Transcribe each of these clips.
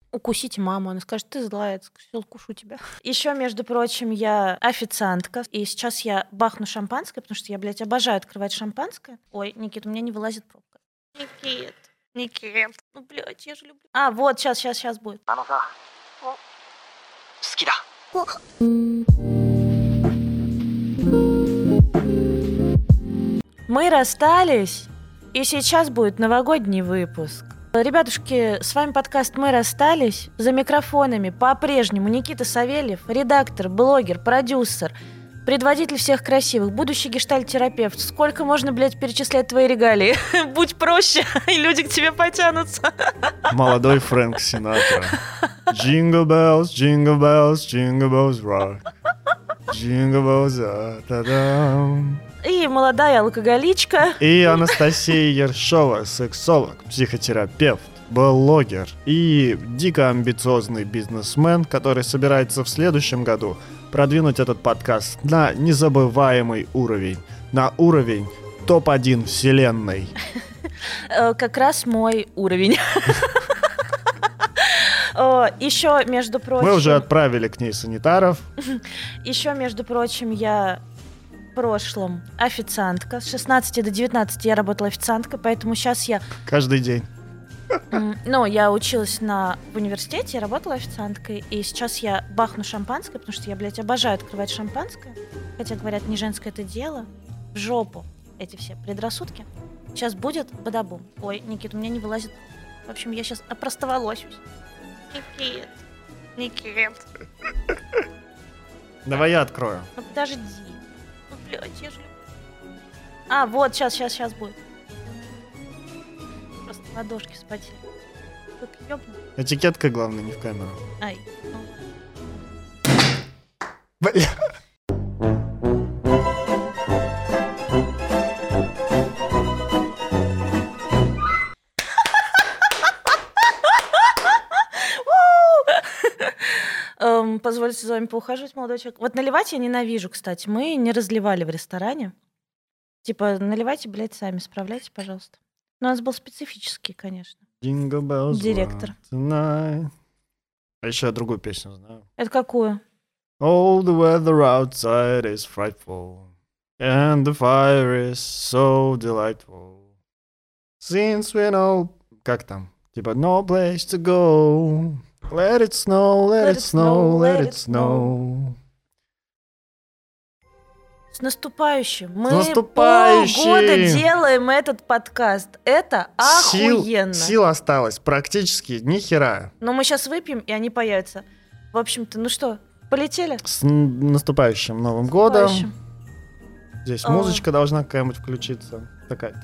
укусите маму, она скажет, ты злая, все, укушу тебя. Еще, между прочим, я официантка, и сейчас я бахну шампанское, потому что я, блядь, обожаю открывать шампанское. Ой, Никит, у меня не вылазит пробка. Никит, ну, блядь, я же люблю. А, вот, сейчас будет. Мы расстались, и сейчас будет новогодний выпуск. Ребятушки, с вами подкаст «Мы расстались». За микрофонами по-прежнему Никита Савельев, редактор, блогер, продюсер, предводитель всех красивых, будущий гештальт-терапевт. Сколько можно, блядь, перечислять твои регалии? Будь проще, и люди к тебе потянутся. Молодой Фрэнк Синатра. Jingle bells, jingle bells, jingle bells rock. Jingle bells, та-дам. И молодая алкоголичка. И Анастасия Ершова, сексолог, психотерапевт, блогер и дико амбициозный бизнесмен, который собирается в следующем году продвинуть этот подкаст на незабываемый уровень, на уровень топ-1 вселенной. Как раз мой уровень. Еще, между прочим... Мы уже отправили к ней санитаров. Еще, между прочим, я в прошлом официантка. С 16 до 19 я работала официанткой, поэтому сейчас я... Каждый день. Ну, я училась в университете, я работала официанткой, и сейчас я бахну шампанское, потому что я, блядь, обожаю открывать шампанское. Хотя, говорят, не женское это дело. В жопу эти все предрассудки. Сейчас будет бадабум. Ой, Никит, у меня не вылазит... В общем, я сейчас опростоволосюсь. Никит. Давай я открою. Ну, подожди. Ну, блядь, я же люблю. А, вот, сейчас будет. Просто ладошки вспотели. Как ёбну. Этикетка, главное, не в камеру. Ай, ну ладно. Бля. Позвольте за вами поухаживать, молодой человек. Вот наливать я ненавижу, кстати. Мы не разливали в ресторане. Типа, наливайте, блядь, сами, справляйте, пожалуйста. Но у нас был специфический, конечно. Jingle bells Директор. tonight. А еще я другую песню знаю. Это какую? All the weather outside is frightful, and the fire is so delightful. Since we know... Как там? Типа, no place to go. Let it snow, let it snow, let it snow. С наступающим. Мы наступающим! полгода делаем этот подкаст. Это охуенно. Сил осталось практически ни хера. Но мы сейчас выпьем, и они появятся. В общем-то, ну что, полетели? С наступающим Новым годом. Наступающим. Здесь музычка должна какая-нибудь включиться. Такая.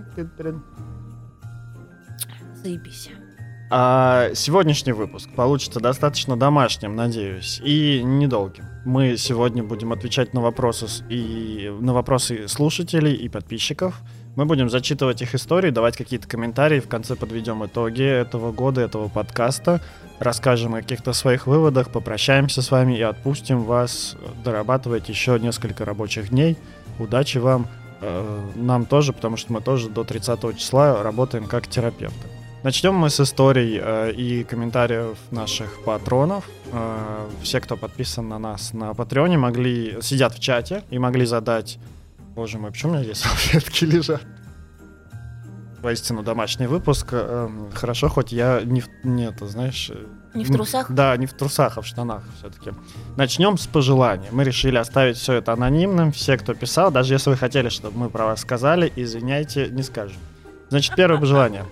Заебись. А сегодняшний выпуск получится достаточно домашним, надеюсь, и недолгим. Мы сегодня будем отвечать на вопросы слушателей и подписчиков. Мы будем зачитывать их истории, давать какие-то комментарии. В конце подведем итоги этого года, этого подкаста. Расскажем о каких-то своих выводах, попрощаемся с вами и отпустим вас дорабатывать еще несколько рабочих дней. Удачи вам, нам тоже, потому что мы тоже до 30 числа работаем как терапевты. Начнем мы с историй и комментариев наших патронов. Все, кто подписан на нас на Патреоне, сидят в чате и могли задать... Боже мой, почему у меня здесь салфетки лежат? Воистину домашний выпуск. Хорошо, хоть я не в трусах? Да, не в трусах, а в штанах все-таки. Начнем с пожеланий. Мы решили оставить все это анонимным. Все, кто писал, даже если вы хотели, чтобы мы про вас сказали, извиняйте, не скажем. Значит, первое пожелание.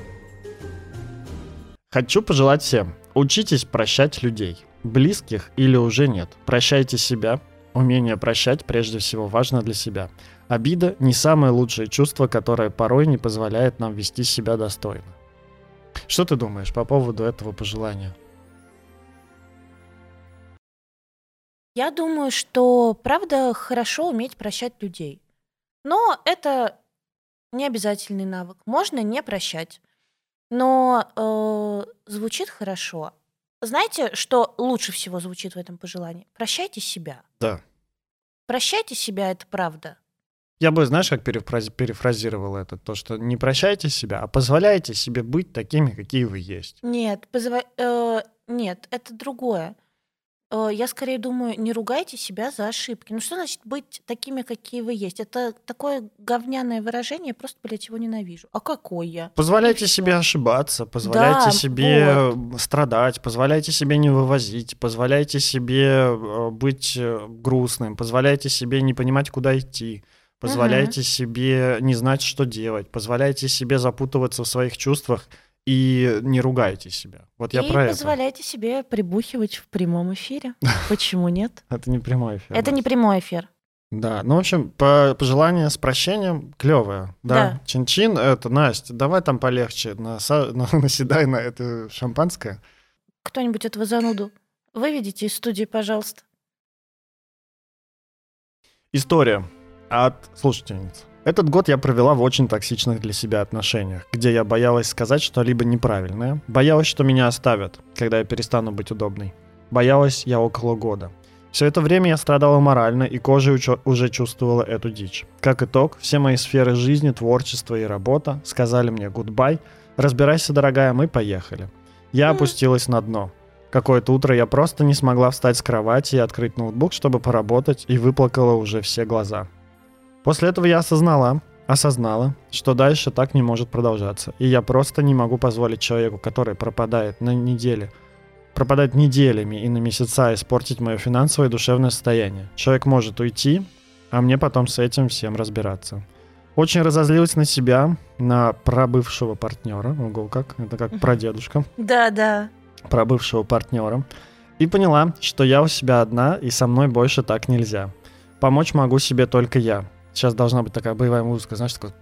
Хочу пожелать всем: учитесь прощать людей, близких или уже нет. Прощайте себя. Умение прощать прежде всего важно для себя. Обида не самое лучшее чувство, которое порой не позволяет нам вести себя достойно. Что ты думаешь по поводу этого пожелания? Я думаю, что правда хорошо уметь прощать людей. Но это не обязательный навык. Можно не прощать. Но звучит хорошо. Знаете, что лучше всего звучит в этом пожелании? Прощайте себя. Да. Прощайте себя, это правда. Я бы, знаешь, как перефразировал это? То, что не прощайте себя, а позволяйте себе быть такими, какие вы есть. Нет, нет, это другое. Я скорее думаю, не ругайте себя за ошибки. Ну что значит быть такими, какие вы есть? Это такое говняное выражение, просто, блядь, его ненавижу. А какой я? Позволяйте И себе всё. ошибаться, позволяйте Да, себе вот. страдать, позволяйте себе не вывозить, позволяйте себе быть грустным, позволяйте себе не понимать, куда идти, Мгм. позволяйте себе не знать, что делать, позволяйте себе запутываться в своих чувствах и не ругайте себя. Вот я И про это. позволяйте себе прибухивать в прямом эфире. Почему нет? Это не прямой эфир, Это не Настя. прямой эфир. Да, ну, в общем, пожелание с прощением клевое, да. Да. Чин-чин, это, Настя, давай там полегче, наседай на это шампанское. Кто-нибудь этого зануду выведите из студии, пожалуйста. История от слушательниц. Этот год я провела в очень токсичных для себя отношениях, где я боялась сказать что-либо неправильное, боялась, что меня оставят, когда я перестану быть удобной. Боялась я около года. Все это время я страдала морально и кожей уже чувствовала эту дичь. Как итог, все мои сферы жизни, творчество и работа сказали мне «гудбай», «разбирайся, дорогая, мы поехали». Я опустилась на дно. Какое-то утро я просто не смогла встать с кровати и открыть ноутбук, чтобы поработать, и выплакала уже все глаза. После этого я осознала, что дальше так не может продолжаться, и я просто не могу позволить человеку, который пропадает неделями и на месяца, испортить мое финансовое и душевное состояние. Человек может уйти, а мне потом с этим всем разбираться. Очень разозлилась на себя, на пробывшего партнера, ого, как, это как прадедушка, Да. про бывшего партнера, и поняла, что я у себя одна, и со мной больше так нельзя. Помочь могу себе только я. Сейчас должна быть такая боевая музыка, знаешь, такая...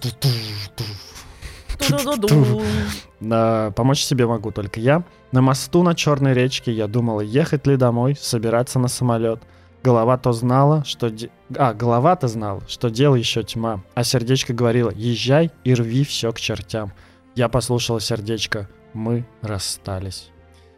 Ту-ду-ду-ду. Да, помочь себе могу только я. На мосту на Черной речке я думала, ехать ли домой, собираться на самолет. Голова-то знала, что дел еще тьма, а сердечко говорило, езжай и рви все к чертям. Я послушала сердечко, мы расстались.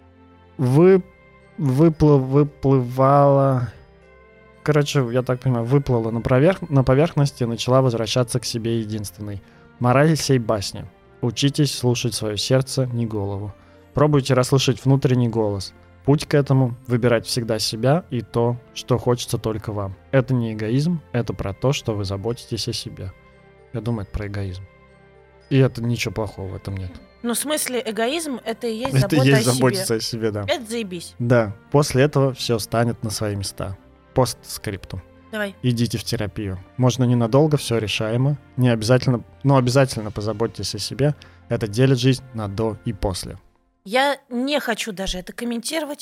Выплывала... Короче, я так понимаю, выплыла на поверхность и начала возвращаться к себе единственной. Мораль сей басни. Учитесь слушать свое сердце, не голову. Пробуйте расслышать внутренний голос. Путь к этому — выбирать всегда себя и то, что хочется только вам. Это не эгоизм, это про то, что вы заботитесь о себе. Я думаю, это про эгоизм. И это ничего плохого в этом нет. Ну, в смысле, эгоизм — это и есть Это забота есть о себе. заботиться о себе, да. Это заебись. Да, после этого все станет на свои места. Постскриптум. Давай. Идите в терапию. Можно ненадолго, все решаемо. Не обязательно, но обязательно позаботьтесь о себе. Это делит жизнь на до и после. Я не хочу даже это комментировать.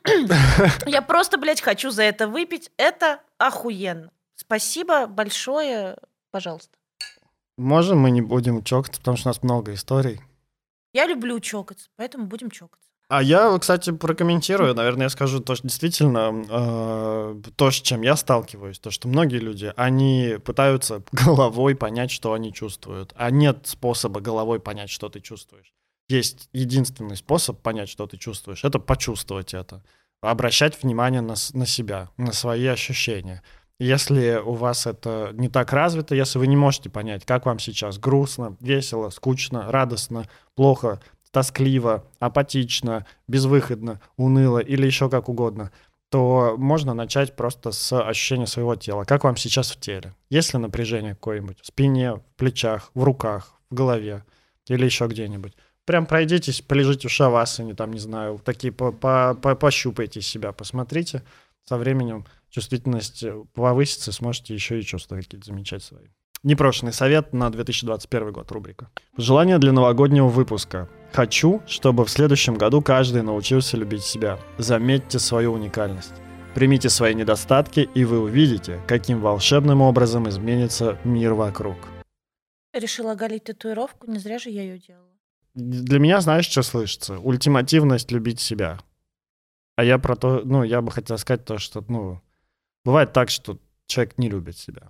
Я просто, блядь, хочу за это выпить. Это охуенно. Спасибо большое. Пожалуйста. Можем мы не будем чокаться, потому что у нас много историй. Я люблю чокаться, поэтому будем чокаться. А я, кстати, прокомментирую, наверное, я скажу то, что действительно то, с чем я сталкиваюсь, то, что многие люди, они пытаются головой понять, что они чувствуют, а нет способа головой понять, что ты чувствуешь. Есть единственный способ понять, что ты чувствуешь, это почувствовать это, обращать внимание на себя, на свои ощущения. Если у вас это не так развито, если вы не можете понять, как вам сейчас грустно, весело, скучно, радостно, плохо, тоскливо, апатично, безвыходно, уныло или еще как угодно, то можно начать просто с ощущения своего тела. Как вам сейчас в теле? Есть ли напряжение какое-нибудь в спине, в плечах, в руках, в голове или еще где-нибудь? Прям пройдитесь, полежите в шавасане, там, не знаю, такие пощупайте себя, посмотрите. Со временем чувствительность повысится, сможете еще и чувства какие-то замечать свои. Непрошенный совет на 2021 год, рубрика. Пожелание для новогоднего выпуска. Хочу, чтобы в следующем году каждый научился любить себя. Заметьте свою уникальность. Примите свои недостатки, и вы увидите, каким волшебным образом изменится мир вокруг. Решила оголить татуировку, не зря же я ее делала. Для меня, знаешь, что слышится? Ультимативность любить себя. А я про то, я бы хотел сказать то, что, бывает так, что человек не любит себя.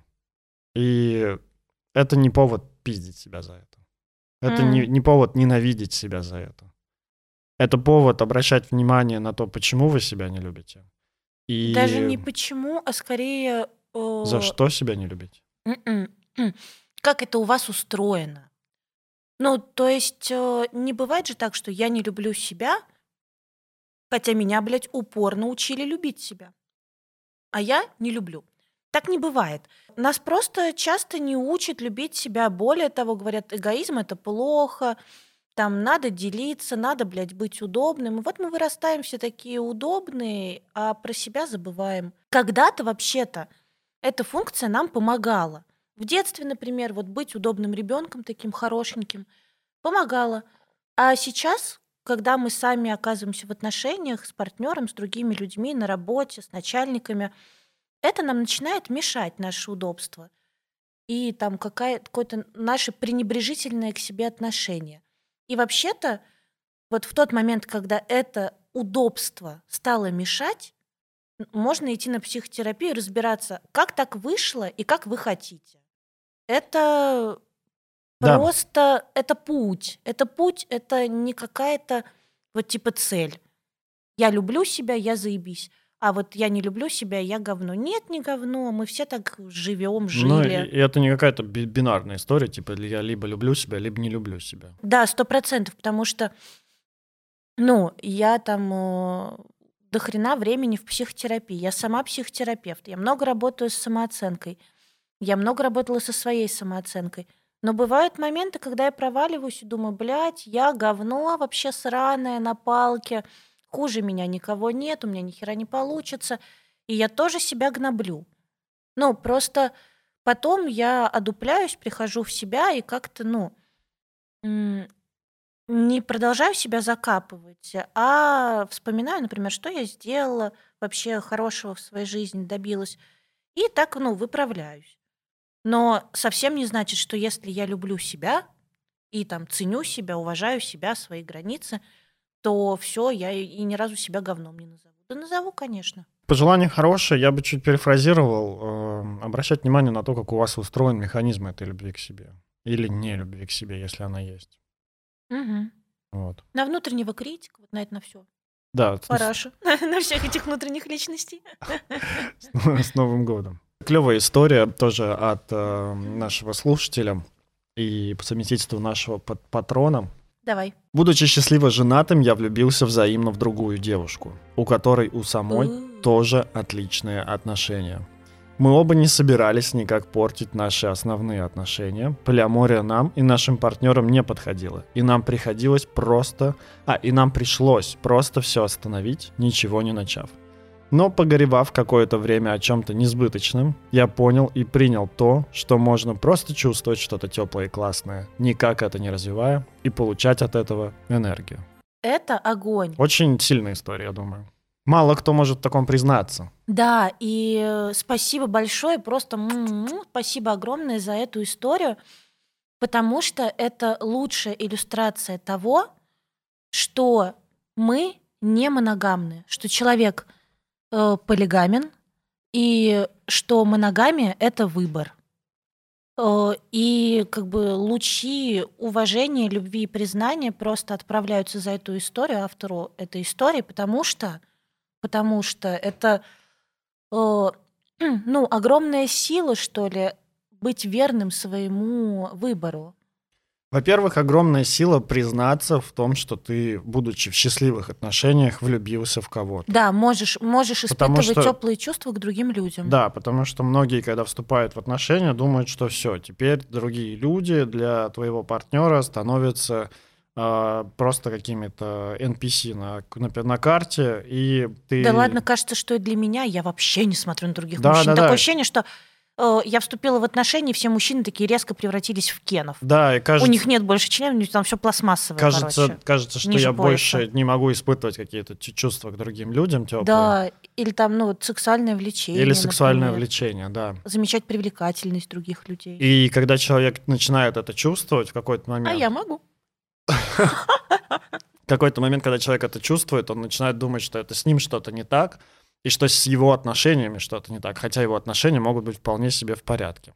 И это не повод пиздить себя за это. Это не повод ненавидеть себя за это. Это повод обращать внимание на то, почему вы себя не любите. И даже не почему, а скорее... за что себя не любите? М-м. Как это у вас устроено? Ну, то есть не бывает же так, что я не люблю себя, хотя меня, блядь, упорно учили любить себя, а я не люблю. Так не бывает. Нас просто часто не учат любить себя. Более того, говорят, эгоизм это плохо, там надо делиться, надо, блядь, быть удобным. И вот мы вырастаем все такие удобные, а про себя забываем. Когда-то вообще-то эта функция нам помогала. В детстве, например, вот быть удобным ребенком, таким хорошеньким, помогала. А сейчас, когда мы сами оказываемся в отношениях с партнером, с другими людьми, на работе, с начальниками, это нам начинает мешать наше удобство и там какое-то наше пренебрежительное к себе отношение. И вообще-то вот в тот момент, когда это удобство стало мешать, можно идти на психотерапию и разбираться, как так вышло и как вы хотите. Это Да, просто это путь. Это не какая-то вот типа цель. Я люблю себя, я заебись. А вот я не люблю себя, я говно. Нет, не говно. Мы все так живем, ну и жили. это не какая-то бинарная история, типа я либо люблю себя, либо не люблю себя. Да, 100%, потому что, ну, я там до хрена времени в психотерапии. Я сама психотерапевт. Я много работаю с самооценкой. Я много работала со своей самооценкой. Но бывают моменты, когда я проваливаюсь и думаю, блядь, я говно вообще сраное на палке, хуже меня никого нет, у меня ни хера не получится. И я тоже себя гноблю. Ну, просто потом я одупляюсь, прихожу в себя и как-то, ну, м, не продолжаю себя закапывать, а вспоминаю, например, что я сделала вообще хорошего в своей жизни, добилась. И так, ну, выправляюсь. Но совсем не значит, что если я люблю себя и там ценю себя, уважаю себя, свои границы, то все, я и ни разу себя говном не назову. Да назову, конечно. Пожелание хорошее, я бы чуть перефразировал. Обращать внимание на то, как у вас устроен механизм этой любви к себе. Или не любви к себе, если она есть. Мгм. Вот. На внутреннего критика, вот на это на все. Да, Парашу. На всех этих внутренних личностей. с Новым годом. Клевая история тоже от нашего слушателя и по совместительству нашего патрона. Давай. Будучи счастливо женатым, я влюбился взаимно в другую девушку, у которой у самой тоже отличные отношения. Мы оба не собирались никак портить наши основные отношения. Полиамория нам и нашим партнерам не подходила. И нам пришлось просто все остановить, ничего не начав. Но погоревав какое-то время о чем-то несбыточном, я понял и принял то, что можно просто чувствовать что-то теплое и классное, никак это не развивая, и получать от этого энергию. Это огонь. Очень сильная история, я думаю. Мало кто может в таком признаться. Да, и спасибо большое, просто спасибо огромное за эту историю, потому что это лучшая иллюстрация того, что мы не моногамны, что человек полигамен, и что моногамия — это выбор. И как бы лучи уважения, любви и признания просто отправляются за эту историю, автору этой истории, потому что это ну, огромная сила, что ли, быть верным своему выбору. Во-первых, огромная сила признаться в том, что ты, будучи в счастливых отношениях, влюбился в кого-то. Да, можешь Потому испытывать что- теплые чувства к другим людям. Да, потому что многие, когда вступают в отношения, думают, что все, теперь другие люди для твоего партнера становятся просто какими-то NPC на карте, и ты... Да ладно, кажется, что и для меня. Я вообще не смотрю на других Да, мужчин. да, Такое да. ощущение, что я вступила в отношения, и все мужчины такие резко превратились в кенов. Да, и кажется, У них нет больше членов, у них там все пластмассовое, короче. кажется, что ниже я пояса. больше не могу испытывать какие-то чувства к другим людям теплые. Да, или там, ну, вот сексуальное влечение, Или сексуальное например. влечение, да. Замечать привлекательность других людей. И когда человек начинает это чувствовать в какой-то момент... А я могу. В какой-то момент, когда человек это чувствует, он начинает думать, что это с ним что-то не так, и что с его отношениями что-то не так, хотя его отношения могут быть вполне себе в порядке.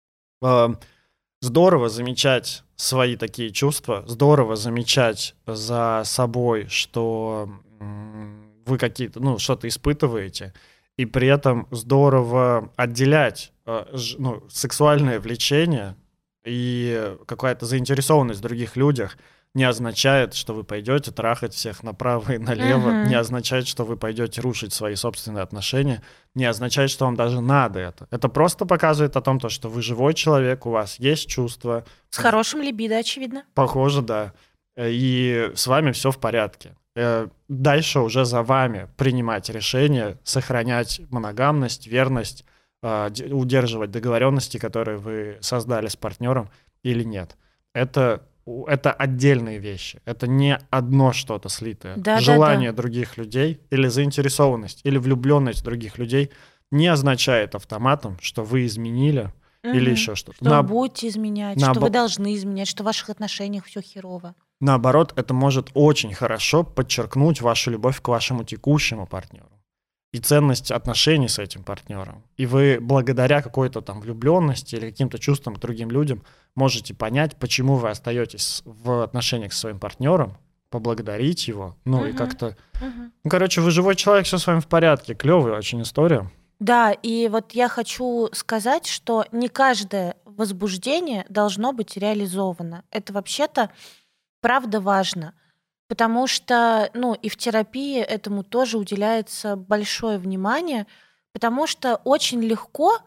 Здорово замечать свои такие чувства, здорово замечать за собой, что вы какие-то, ну, что-то испытываете, и при этом здорово отделять сексуальное влечение и какая-то заинтересованность в других людях не означает, что вы пойдете трахать всех направо и налево, не означает, что вы пойдете рушить свои собственные отношения, не означает, что вам даже надо это. Это просто показывает о том, что вы живой человек, у вас есть чувства. С хорошим либидо, очевидно. Похоже, да. И с вами все в порядке. Дальше уже за вами принимать решение, сохранять моногамность, верность, удерживать договоренности, которые вы создали с партнером или нет. Это отдельные вещи. Это не одно что-то слитое. Желание других людей или заинтересованность, или влюбленность других людей не означает автоматом, что вы изменили или еще что-то. Что вы будете изменять, что вы должны изменять, что в ваших отношениях все херово. Наоборот, это может очень хорошо подчеркнуть вашу любовь к вашему текущему партнеру и ценность отношений с этим партнером. И вы благодаря какой-то там влюбленности или каким-то чувствам к другим людям можете понять, почему вы остаетесь в отношениях со своим партнером, поблагодарить его, и как-то... вы живой человек, все с вами в порядке. Клевая очень история. Да, и вот я хочу сказать, что не каждое возбуждение должно быть реализовано. Это вообще-то правда важно, потому что, и в терапии этому тоже уделяется большое внимание, потому что очень легко,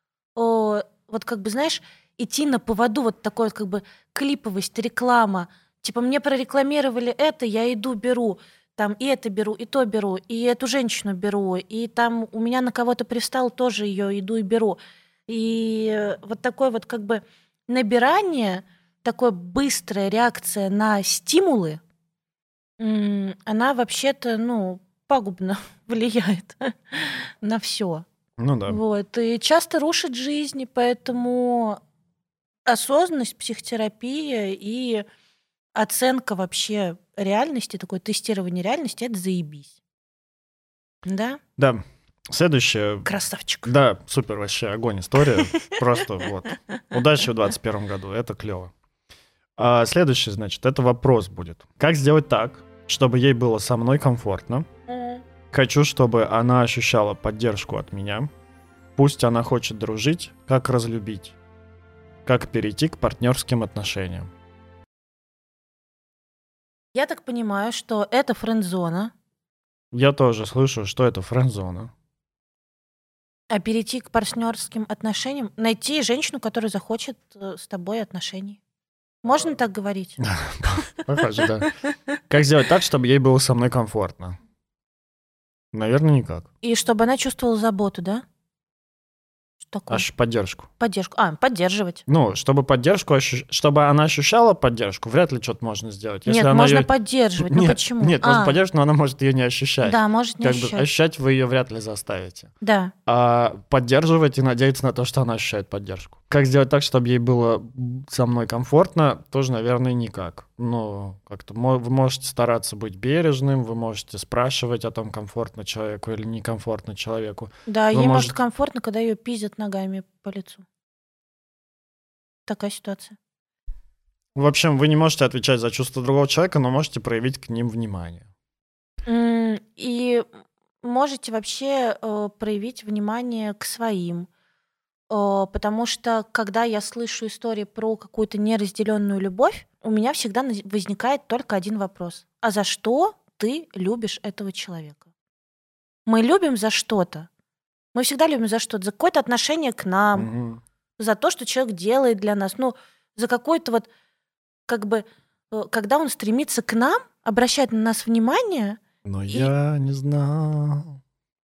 идти на поводу такой клиповость, реклама. Типа мне прорекламировали это, я иду, беру. Там и это беру, и то беру, и эту женщину беру, и там у меня на кого-то пристал, тоже ее иду и беру. И такое набирание, такая быстрая реакция на стимулы, она вообще-то, пагубно влияет на все. Да. И часто рушит жизнь, поэтому осознанность, психотерапия и оценка вообще реальности, такое тестирование реальности, это заебись. Да? Да. Следующее. Красавчик. Да, супер вообще, огонь история. Просто удачи в 2021 году, это клево. Следующий, это вопрос будет. Как сделать так, чтобы ей было со мной комфортно? Хочу, чтобы она ощущала поддержку от меня. Пусть она хочет дружить, как разлюбить. Как перейти к партнерским отношениям. Я так понимаю, что это френд-зона. Я тоже слышу, что это френд-зона. А перейти к партнерским отношениям, найти женщину, которая захочет с тобой отношений. Можно так говорить? Похоже, да. Как сделать так, чтобы ей было со мной комфортно? Наверное, никак. И чтобы она чувствовала заботу, да? Что такое? Аж поддержку. Поддержку. Поддерживать. Чтобы поддержку, чтобы она ощущала поддержку, вряд ли что-то можно сделать. Если нет, можно поддерживать. Нет, почему? Нет, можно поддерживать, но она может ее не ощущать. Да, может не ощущать. Ощущать вы ее вряд ли заставите. Да. А поддерживать и надеяться на то, что она ощущает поддержку. Как сделать так, чтобы ей было со мной комфортно, тоже, наверное, никак. Как-то вы можете стараться быть бережным, вы можете спрашивать о том, комфортно человеку или некомфортно человеку. Да, ей может комфортно, когда ее пиздят ногами по лицу. Такая ситуация. В общем, вы не можете отвечать за чувства другого человека, но можете проявить к ним внимание. И можете вообще проявить внимание к своим. Потому что, когда я слышу истории про какую-то неразделенную любовь, у меня всегда возникает только один вопрос. А за что ты любишь этого человека? Мы любим за что-то. Мы всегда любим за что-то. За какое-то отношение к нам, за то, что человек делает для нас. За какой-то когда он стремится к нам, обращает на нас внимание. Но я не знал.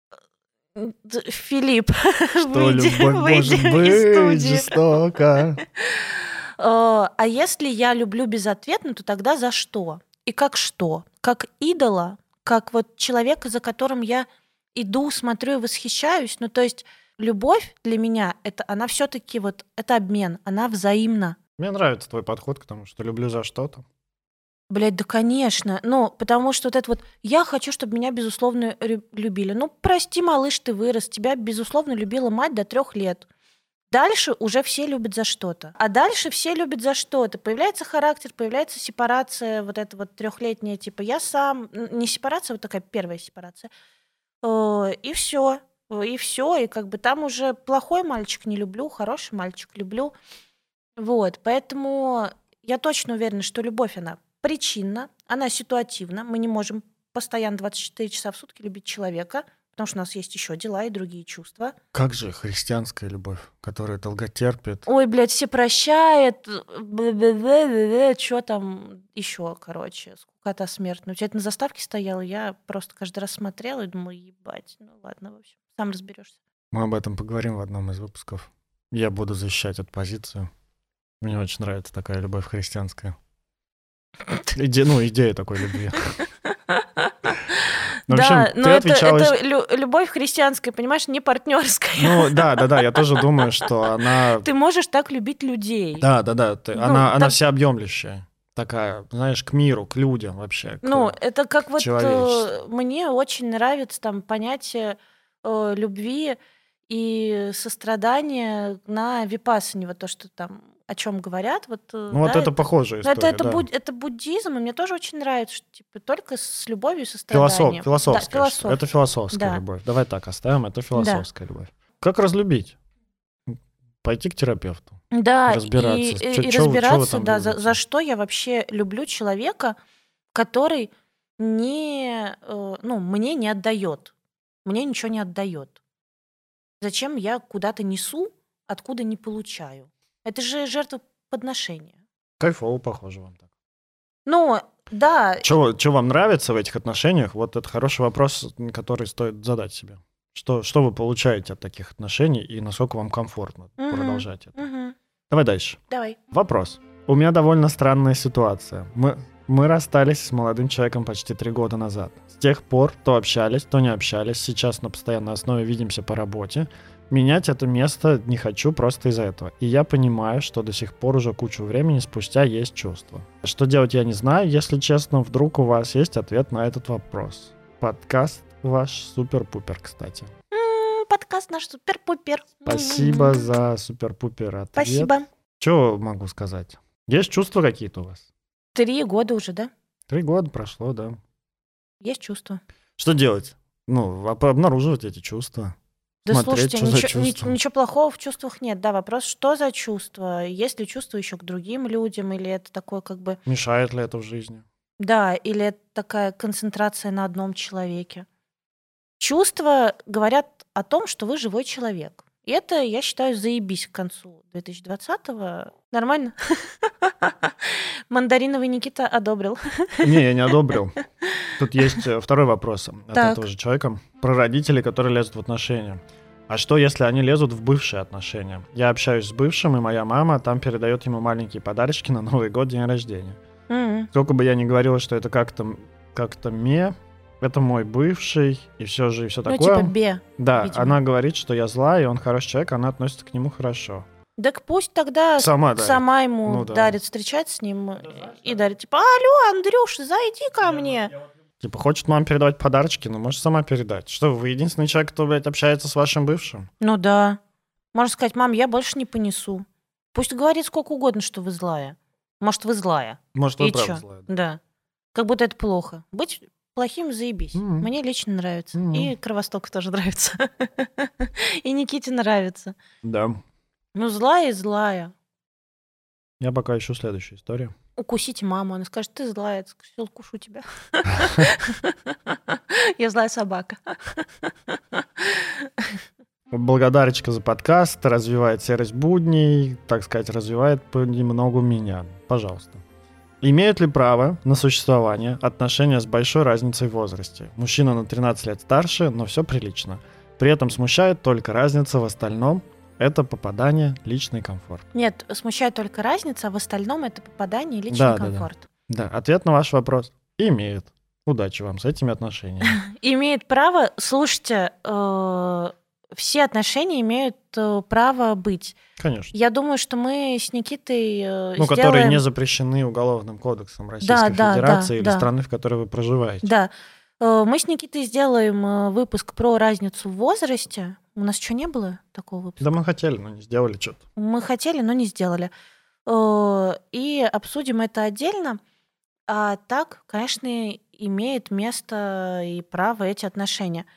Филипп, что любовь может быть жестока. А если я люблю безответно, то тогда за что? И как что? Как идола? Как человека, за которым я иду, смотрю и восхищаюсь? То есть любовь для меня, она все-таки это обмен, она взаимна. Мне нравится твой подход к тому, что люблю за что-то. Блядь, да конечно. Потому что я хочу, чтобы меня безусловно любили. Прости, малыш, ты вырос. Тебя безусловно любила мать до 3 лет. Дальше уже все любят за что-то. А дальше все любят за что-то. Появляется характер, появляется сепарация, эта 3-летняя, я сам. Не сепарация, такая первая сепарация. И все. и все, и как бы там уже плохой мальчик не люблю, хороший мальчик люблю. Вот, поэтому я точно уверена, что любовь, она причинна, она ситуативна. Мы не можем постоянно 24 часа в сутки любить человека, потому что у нас есть еще дела и другие чувства. Как же христианская любовь, которая долготерпит? Ой, блядь, все прощает, что там еще, короче, скукота смертная. У тебя это на заставке стояло, я просто каждый раз смотрела и думаю, ебать, ну ладно, в общем, сам разберешься. Мы об этом поговорим в одном из выпусков. Я буду защищать эту позицию. Мне очень нравится такая любовь христианская. Идея такой любви. Ну, в общем, Да, ты но отвечала, это любовь христианская, понимаешь, не партнерская. Ну, да, я тоже думаю, что она... Ты можешь так любить людей. Да, она так- всеобъемлющая. Такая, знаешь, к миру, к людям вообще. Ну, это как вот человечеству. мне очень нравится там понятие любви и сострадания на випассане, вот то, что там о чем говорят. Вот, Ну, вот это похожая но история, это буддизм, и мне тоже очень нравится, что типа только с любовью и состраданием. Философская. Да, философ. Это философская Да. любовь. Давай так оставим, это философская любовь. Как разлюбить? Пойти к терапевту. Да, разбираться. и Чё вы разбираться, там да, любите? за что я вообще люблю человека, который мне не отдает. Мне ничего не отдает. Зачем я куда-то несу, откуда не получаю? Это же жертвоподношение. Кайфово, похоже вам так. Ну, да, Что вам нравится в этих отношениях? Вот это хороший вопрос, который стоит задать себе. Что вы получаете от таких отношений и насколько вам комфортно продолжать это? мгм. Давай дальше. Давай. Вопрос. У меня довольно странная ситуация. Мы расстались с молодым человеком почти 3 года назад. С тех пор то общались, то не общались. Сейчас на постоянной основе видимся по работе. Менять это место не хочу просто из-за этого. И я понимаю, что до сих пор уже кучу времени спустя есть чувства. Что делать я не знаю, если честно. Вдруг у вас есть ответ на этот вопрос. Подкаст ваш супер-пупер, кстати. Подкаст наш супер-пупер. Спасибо за супер-пупер ответ. Спасибо. Что могу сказать? Есть чувства какие-то у вас? 3 года уже, да? 3 года прошло, да. Есть чувства. Что делать? Обнаруживать эти чувства. Да Смотреть, слушайте, что за чувства. ничего плохого в чувствах нет. Да, вопрос, что за чувство? Есть ли чувство еще к другим людям, или это такое как бы... Мешает ли это в жизни? Да, или это такая концентрация на одном человеке. Чувства говорят о том, что вы живой человек. И это, я считаю, заебись к концу 2020-го. Нормально? Мандариновый Никита одобрил. Не, я не одобрил. Тут есть второй вопрос от Так. этого же человека. Про родителей, которые лезут в отношения. А что, если они лезут в бывшие отношения? Я общаюсь с бывшим, и моя мама там передает ему маленькие подарочки на Новый год, день рождения. Мгм. Сколько бы я ни говорила, что это как-то это мой бывший, и все Ну, такое. типа бе. Да, видимо. она говорит, что я злая, и он хороший человек, она относится к нему хорошо. Так пусть тогда Сама дарит. сама ему Ну да. дарит, встречать с ним и дарит. Типа, алло, Андрюш, зайди ко мне. Типа, хочет маме передавать подарочки, но может сама передать. Что, вы единственный человек, кто, блядь, общается с вашим бывшим? Ну да. Можно сказать, мам, я больше не понесу. Пусть говорит сколько угодно, что вы злая. Может, вы злая. Может, вы И правда чё? злая. Да. Как будто это плохо. Быть плохим заебись. Мгм. Мне лично нравится. Мгм. И Кровостоку тоже нравится. И Никите нравится. Да. Ну, злая и злая. Я пока ищу следующую историю. Укусите маму, она скажет, ты злая. Я скажу, укушу тебя. Я злая собака. Благодарочка за подкаст, развивает серость будней, так сказать, развивает понемногу меня. Пожалуйста. Имеют ли право на существование отношения с большой разницей в возрасте? Мужчина на 13 лет старше, но все прилично. При этом смущает только разница в остальном. Это попадание, личный комфорт. Нет, смущает только разница, а в остальном это попадание и личный Да, да, да. комфорт. Да, ответ на ваш вопрос. Имеет. Удачи вам с этими отношениями. Имеет право, слушайте, все отношения имеют право быть. Конечно. Я думаю, что мы с Никитой Ну, которые сделаем... не запрещены Уголовным кодексом Российской Да, Федерации или да. страны, в которой вы проживаете. Да. Мы с Никитой сделаем выпуск про разницу в возрасте. У нас что, не было такого выпуска? Да мы хотели, но не сделали что-то. Мы хотели, но не сделали. И обсудим это отдельно. А так, конечно, имеет место и право эти отношения.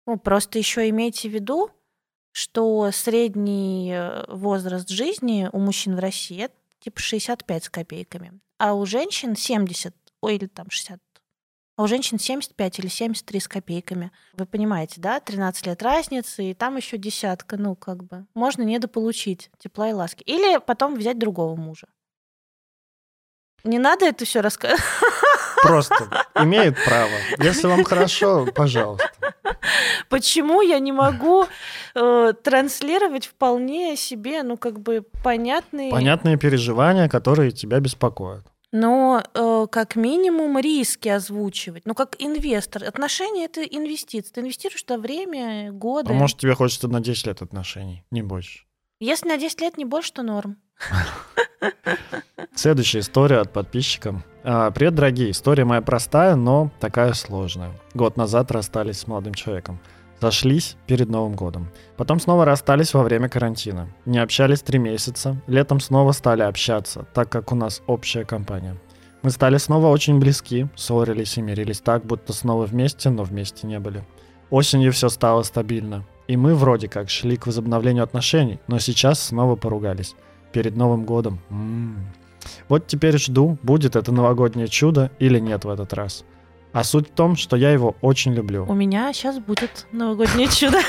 Ну, просто еще имейте в виду, что средний возраст жизни у мужчин в России это типа 65 с копейками, а у женщин 70, или там 60, а у женщин 75 или 73 с копейками. Вы понимаете, да? 13 лет разницы, и там еще десятка, ну, как бы. Можно недополучить тепла и ласки. Или потом взять другого мужа. Не надо это все рассказывать. Просто имеет право. Если вам хорошо, пожалуйста. Почему я не могу транслировать вполне себе, ну, как бы понятные... Понятные переживания, которые тебя беспокоят. Но как минимум риски озвучивать. Ну, как инвестор. Отношения — это инвестиции. Ты инвестируешь туда время, годы. А может, тебе хочется на 10 лет отношений, не больше. Если на 10 лет не больше, то норм. Следующая история от подписчика. Привет, дорогие. История моя простая, но такая сложная. Год назад расстались с молодым человеком. Сошлись перед Новым годом. Потом снова расстались во время карантина. Не общались 3 месяца. Летом снова стали общаться, так как у нас общая компания. Мы стали снова очень близки, ссорились и мирились так, будто снова вместе, но вместе не были. Осенью все стало стабильно. И мы вроде как шли к возобновлению отношений, но сейчас снова поругались. Перед Новым годом. Вот теперь жду, будет это новогоднее чудо или нет в этот раз. А суть в том, что я его очень люблю. У меня сейчас будет новогоднее чудо.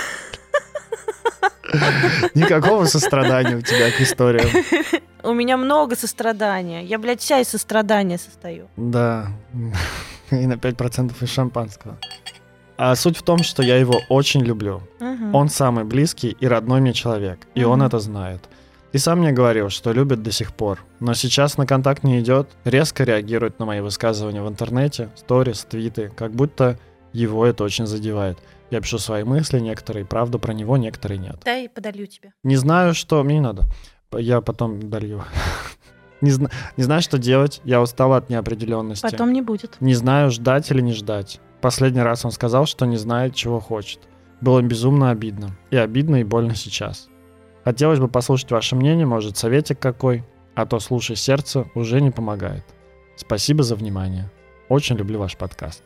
Никакого сострадания у тебя к историям. У меня много сострадания. Я, блядь, вся из сострадания состою. Да. И на 5% из шампанского. А суть в том, что я его очень люблю. Он самый близкий и родной мне человек. И он это знает. Ты сам мне говорил, что любит до сих пор, но сейчас на контакт не идет, резко реагирует на мои высказывания в интернете, сторис, твиты, как будто его это очень задевает. Я пишу свои мысли, некоторые правду про него, некоторые нет. Дай подолью тебе. Не знаю, что... Мне не надо. Я потом долью. Не знаю, что делать, я устала от неопределенности. Потом не будет. Не знаю, ждать или не ждать. Последний раз он сказал, что не знает, чего хочет. Было безумно обидно. И обидно, и больно сейчас. Хотелось бы послушать ваше мнение, может, советик какой, а то «Слушай сердце» уже не помогает. Спасибо за внимание. Очень люблю ваш подкаст.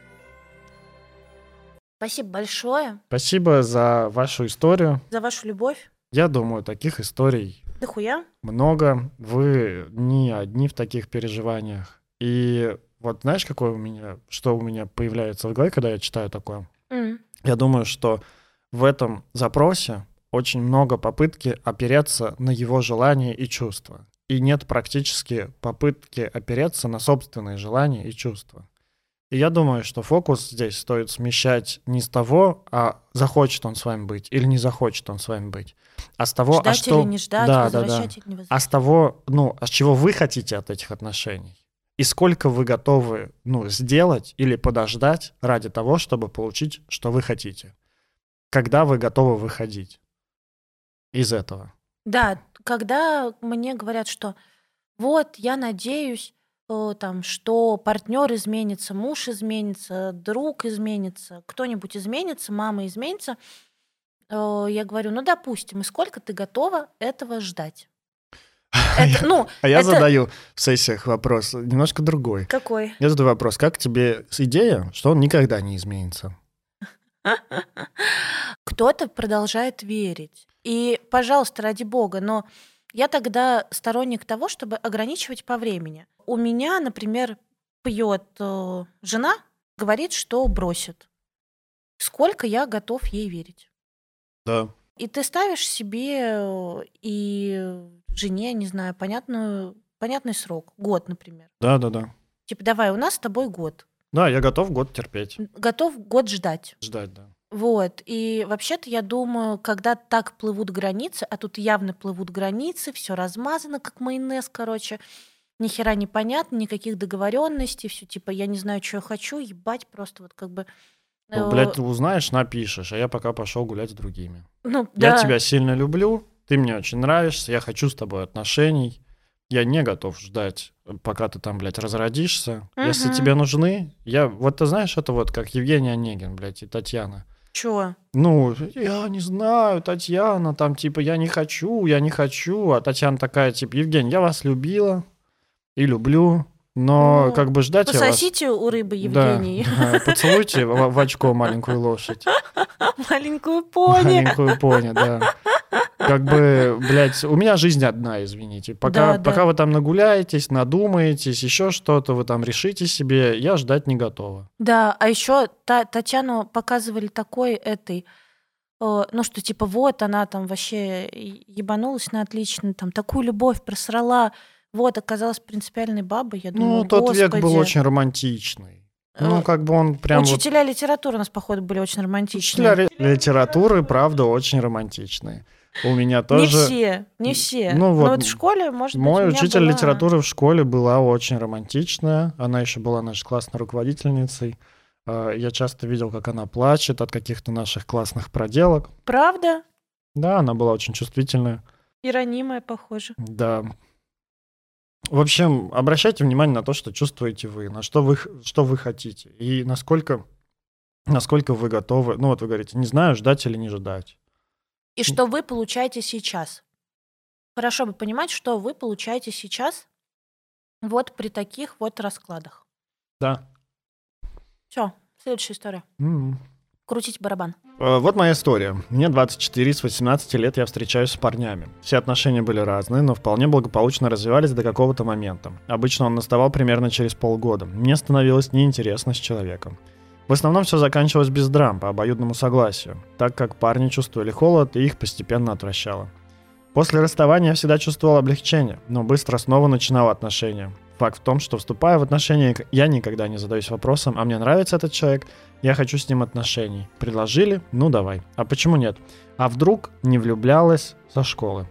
Спасибо большое. Спасибо за вашу историю. За вашу любовь. Я думаю, таких историй дохуя много. Вы не одни в таких переживаниях. И вот знаешь, что у меня появляется в голове, когда я читаю такое? Я думаю, что в этом запросе очень много попытки опереться на его желания и чувства. И нет практически попытки опереться на собственные желания и чувства. И я думаю, что фокус здесь стоит смещать не с того, а захочет он с вами быть или не захочет он с вами быть, а с того, ждать или не ждать, возвращать или не возвращать. А с того, с чего вы хотите от этих отношений. И сколько вы готовы, сделать или подождать ради того, чтобы получить, что вы хотите. Когда вы готовы выходить из этого. Да, когда мне говорят, что вот, я надеюсь, что партнер изменится, муж изменится, друг изменится, кто-нибудь изменится, мама изменится, я говорю, допустим, и сколько ты готова этого ждать? Я задаю в сессиях вопрос немножко другой. Какой? Я задаю вопрос, как тебе идея, что он никогда не изменится? Кто-то продолжает верить. И, пожалуйста, ради бога, но я тогда сторонник того, чтобы ограничивать по времени. У меня, например, пьет жена, говорит, что бросит. Сколько я готов ей верить? Да. И ты ставишь себе и жене, не знаю, понятный срок. Год, например. Да. Типа, давай, у нас с тобой год. Да, я готов год терпеть. Готов год ждать. Ждать, да. Вот. И вообще-то, я думаю, когда так плывут границы, а тут явно плывут границы, все размазано, как майонез, короче, ни хера не понятно, никаких договоренностей, все типа, я не знаю, что я хочу, ебать, просто вот как бы... блядь, узнаешь, напишешь, а я пока пошел гулять с другими. Да. Я тебя сильно люблю, ты мне очень нравишься, я хочу с тобой отношений, я не готов ждать, пока ты там, блядь, разродишься. Если тебе нужны, ты знаешь, это вот как Евгений Онегин, блядь, и Татьяна. Чё? Я не знаю, Татьяна, там, типа, я не хочу, а Татьяна такая, типа, Евгений, я вас любила и люблю, но как бы ждать я вас... Пососите у рыбы, Евгений. Да, поцелуйте в очко маленькую лошадь. Маленькую пони. Маленькую пони, да. Как бы, блядь, у меня жизнь одна, извините. Пока вы там нагуляетесь, надумаетесь, еще что-то, вы там решите себе, я ждать не готова. Да, а еще Татьяну показывали такой этой, ну что типа вот она там вообще ебанулась на отлично, там такую любовь просрала, вот оказалась принципиальной бабой, я думаю, тот век был очень романтичный. Как бы он прям Учителя литературы у нас, походу, были очень романтичные. Учителя литературы, правда, очень романтичные. У меня тоже... Не все. Ну вот в школе, может быть, мой учитель литературы в школе была очень романтичная. Она еще была нашей классной руководительницей. Я часто видел, как она плачет от каких-то наших классных проделок. Правда? Да, она была очень чувствительная. И ранимая, похоже. Да. В общем, обращайте внимание на то, что чувствуете вы, на что вы хотите, и насколько вы готовы. Ну вот вы говорите, не знаю, ждать или не ждать. И что вы получаете сейчас. Хорошо бы понимать, что вы получаете сейчас вот при таких вот раскладах. Да. Все, следующая история. Крутить барабан. Вот моя история. Мне 24, с 18 лет я встречаюсь с парнями. Все отношения были разные, но вполне благополучно развивались до какого-то момента. Обычно он наставал примерно через полгода. Мне становилось неинтересно с человеком. В основном все заканчивалось без драм, по обоюдному согласию, так как парни чувствовали холод и их постепенно отвращало. После расставания я всегда чувствовал облегчение, но быстро снова начинал отношения. Факт в том, что вступая в отношения, я никогда не задаюсь вопросом, а мне нравится этот человек, я хочу с ним отношений. Предложили? Ну давай. А почему нет? А вдруг не влюблялась со школы?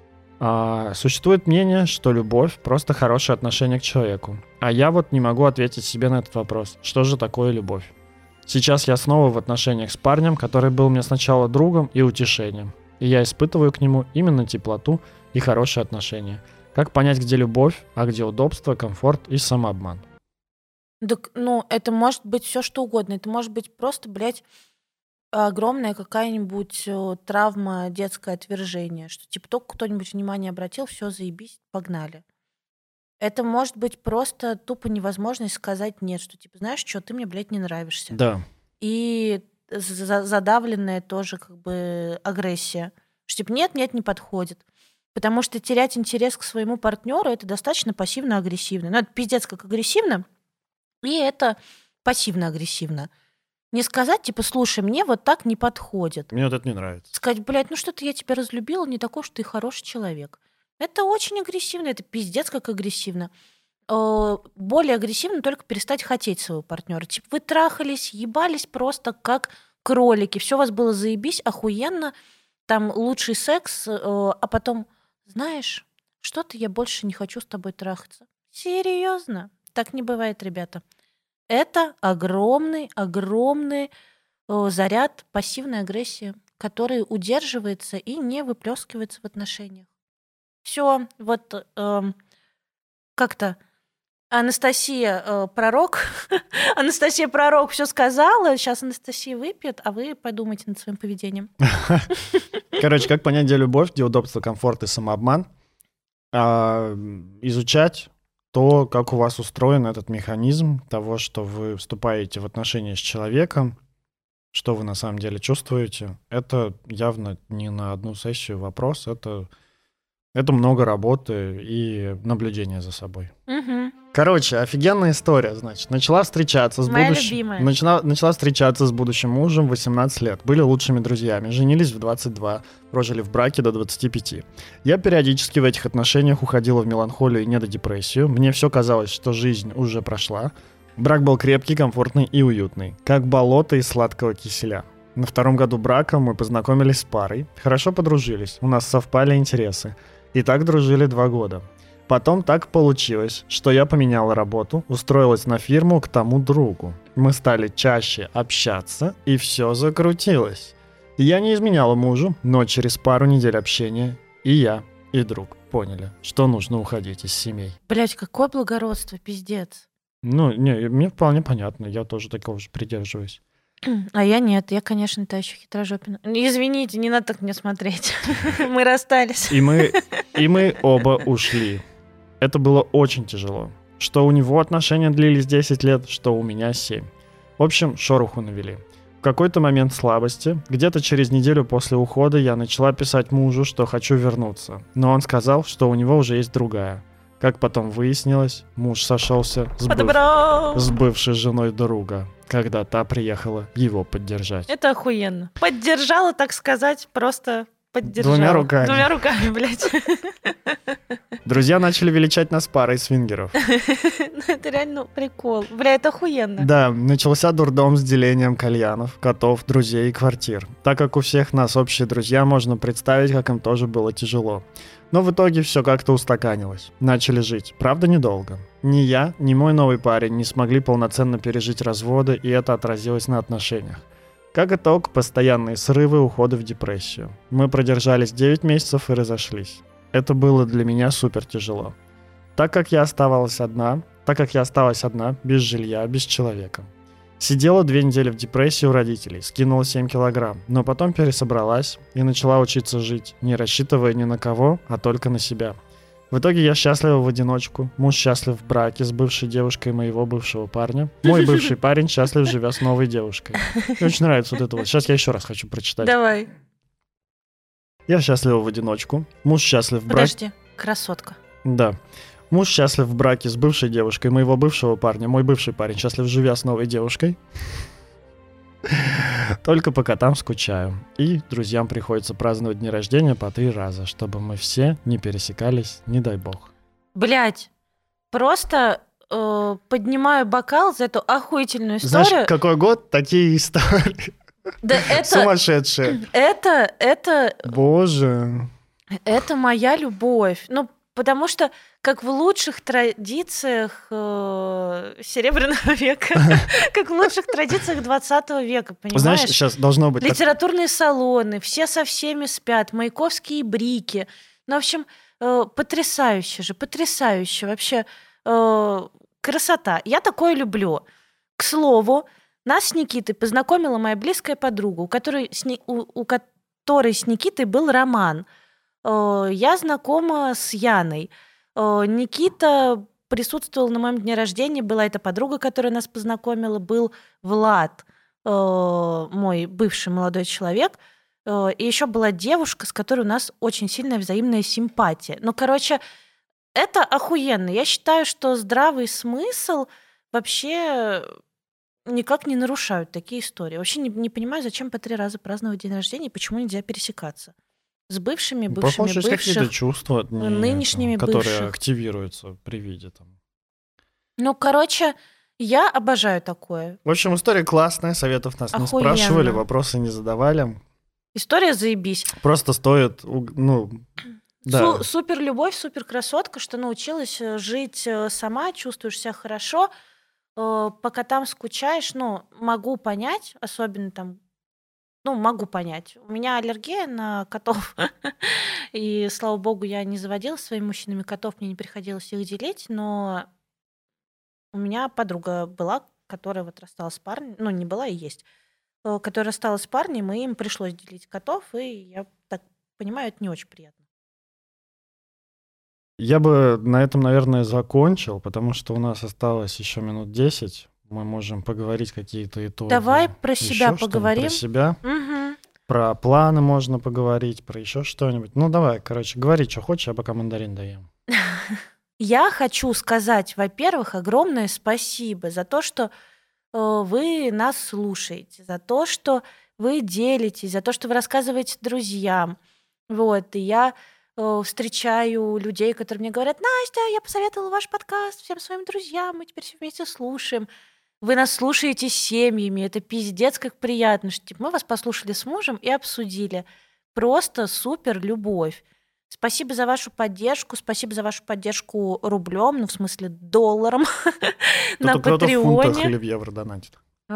Существует мнение, что любовь – просто хорошее отношение к человеку. А я вот не могу ответить себе на этот вопрос. Что же такое любовь? Сейчас я снова в отношениях с парнем, который был мне сначала другом и утешением. И я испытываю к нему именно теплоту и хорошие отношения. Как понять, где любовь, а где удобство, комфорт и самообман? Так, это может быть все что угодно. Это может быть просто, блядь, огромная какая-нибудь травма, детское отвержение, что типа только кто-нибудь внимание обратил, все, заебись, погнали. Это может быть просто тупо невозможность сказать нет, что типа, знаешь что, ты мне, блядь, не нравишься. Да. И задавленная тоже как бы агрессия. Что типа нет, не подходит. Потому что терять интерес к своему партнеру это достаточно пассивно-агрессивно. Это пиздец как агрессивно, и это пассивно-агрессивно. Не сказать, типа, слушай, мне вот так не подходит. Мне вот это не нравится. Сказать, блядь, что-то я тебя разлюбила, не такой, что ты хороший человек. Это очень агрессивно, это пиздец как агрессивно. Более агрессивно только перестать хотеть своего партнера. Типа, вы трахались, ебались просто как кролики. Все у вас было заебись, охуенно. Там лучший секс, а потом, знаешь, что-то я больше не хочу с тобой трахаться. Серьезно? Так не бывает, ребята. Это огромный заряд пассивной агрессии, который удерживается и не выплескивается в отношениях. Все, вот как-то Анастасия Пророк, Анастасия Пророк все сказала, сейчас Анастасия выпьет, а вы подумайте над своим поведением. Короче, как понять, где любовь, где удобство, комфорт и самообман? Изучать то, как у вас устроен этот механизм того, что вы вступаете в отношения с человеком, что вы на самом деле чувствуете. Это явно не на одну сессию вопрос, это много работы и наблюдения за собой. Угу. Короче, офигенная история, значит. Начала встречаться с будущим мужем в 18 лет. Были лучшими друзьями. Женились в 22. Прожили в браке до 25. Я периодически в этих отношениях уходила в меланхолию и недодепрессию. Мне все казалось, что жизнь уже прошла. Брак был крепкий, комфортный и уютный. Как болото из сладкого киселя. На 2-м году брака мы познакомились с парой. Хорошо подружились. У нас совпали интересы. И так дружили 2 года. Потом так получилось, что я поменяла работу, устроилась на фирму к тому другу. Мы стали чаще общаться, и все закрутилось. Я не изменяла мужу, но через пару недель общения и я, и друг поняли, что нужно уходить из семей. Блять, какое благородство, пиздец. Мне вполне понятно, я тоже такого же придерживаюсь. А я нет, я, конечно, та еще хитрожопина. Извините, не надо так мне смотреть. Мы расстались. И мы оба ушли. Это было очень тяжело. Что у него отношения длились 10 лет, что у меня 7. В общем, шороху навели. В какой-то момент слабости, где-то через неделю после ухода, я начала писать мужу, что хочу вернуться. Но он сказал, что у него уже есть другая. Как потом выяснилось, муж сошелся с бывшей женой друга, когда та приехала его поддержать. Это охуенно. Поддержала, так сказать, просто поддержала. Двумя руками, блядь. Друзья начали величать нас парой свингеров. Это реально прикол. Бля, это охуенно. Да, начался дурдом с делением кальянов, котов, друзей и квартир. Так как у всех нас общие друзья, можно представить, как им тоже было тяжело. Но в итоге все как-то устаканилось. Начали жить. Правда, недолго. Ни я, ни мой новый парень не смогли полноценно пережить разводы, и это отразилось на отношениях. Как итог, постоянные срывы, уходы в депрессию. Мы продержались 9 месяцев и разошлись. Это было для меня супер тяжело. Так как я осталась одна, без жилья, без человека. Сидела 2 недели в депрессии у родителей, скинула 7 килограмм, но потом пересобралась и начала учиться жить, не рассчитывая ни на кого, а только на себя. В итоге я счастлива в одиночку, муж счастлив в браке с бывшей девушкой моего бывшего парня, мой бывший парень счастлив, живя с новой девушкой. Мне очень нравится вот это вот. Сейчас я еще раз хочу прочитать. Давай. Я счастлива в одиночку, муж счастлив в браке... Подожди, красотка. Да. Муж счастлив в браке с бывшей девушкой моего бывшего парня, мой бывший парень счастлив, живя с новой девушкой. Только по котам скучаю. И друзьям приходится праздновать дни рождения по 3 раза, чтобы мы все не пересекались, не дай бог. Блять, просто поднимаю бокал за эту охуительную историю. Знаешь, какой год, такие истории. Да это... Сумасшедшие. Это... Боже. Это моя любовь. Ну, потому что, как в лучших традициях Серебряного века, как в лучших традициях 20 века, понимаешь? Знаешь, сейчас должно быть... Литературные салоны, все со всеми спят, маяковские брики. Ну, в общем, потрясающе вообще. Красота. Я такое люблю. К слову, нас с Никитой познакомила моя близкая подруга, у которой с Никитой был роман. Я знакома с Яной. Никита присутствовал на моем дне рождения. Была эта подруга, которая нас познакомила. Был Влад, мой бывший молодой человек. И еще была девушка, с которой у нас очень сильная взаимная симпатия. Ну, короче, это охуенно. Я считаю, что здравый смысл вообще никак не нарушают такие истории. Вообще не понимаю, зачем по 3 раза праздновать день рождения и почему нельзя пересекаться. С бывшими Похоже, бывших, какие-то чувства, нынешними которые бывших. активируются при виде там. Ну, короче, я обожаю такое. В общем, история классная, советов нас Охуенно. Не спрашивали, вопросы не задавали. История заебись. Просто стоит, да. Супер любовь, супер красотка, что научилась жить сама, чувствуешь себя хорошо, по котам скучаешь, могу понять, особенно там, могу понять. У меня аллергия на котов, и, слава богу, я не заводила своими мужчинами котов, мне не приходилось их делить, но у меня подруга была, которая вот рассталась с парнем, не была и есть, которая рассталась с парнем, и им пришлось делить котов, и я так понимаю, это не очень приятно. Я бы на этом, наверное, закончил, потому что у нас осталось еще минут 10. Мы можем поговорить какие-то итоги. Давай про себя поговорим. Про себя. Угу. Про планы можно поговорить, про еще что-нибудь. Давай, говори, что хочешь, я пока мандарин доем. Я хочу сказать, во-первых, огромное спасибо за то, что вы нас слушаете, за то, что вы делитесь, за то, что вы рассказываете друзьям. Вот, и я встречаю людей, которые мне говорят: Настя, я посоветовала ваш подкаст всем своим друзьям, мы теперь все вместе слушаем. Вы нас слушаете с семьями, это пиздец как приятно, что мы вас послушали с мужем и обсудили. Просто супер любовь. Спасибо за вашу поддержку рублем, в смысле долларом на Патреоне. Кто-то в фунтах или в евро донатит.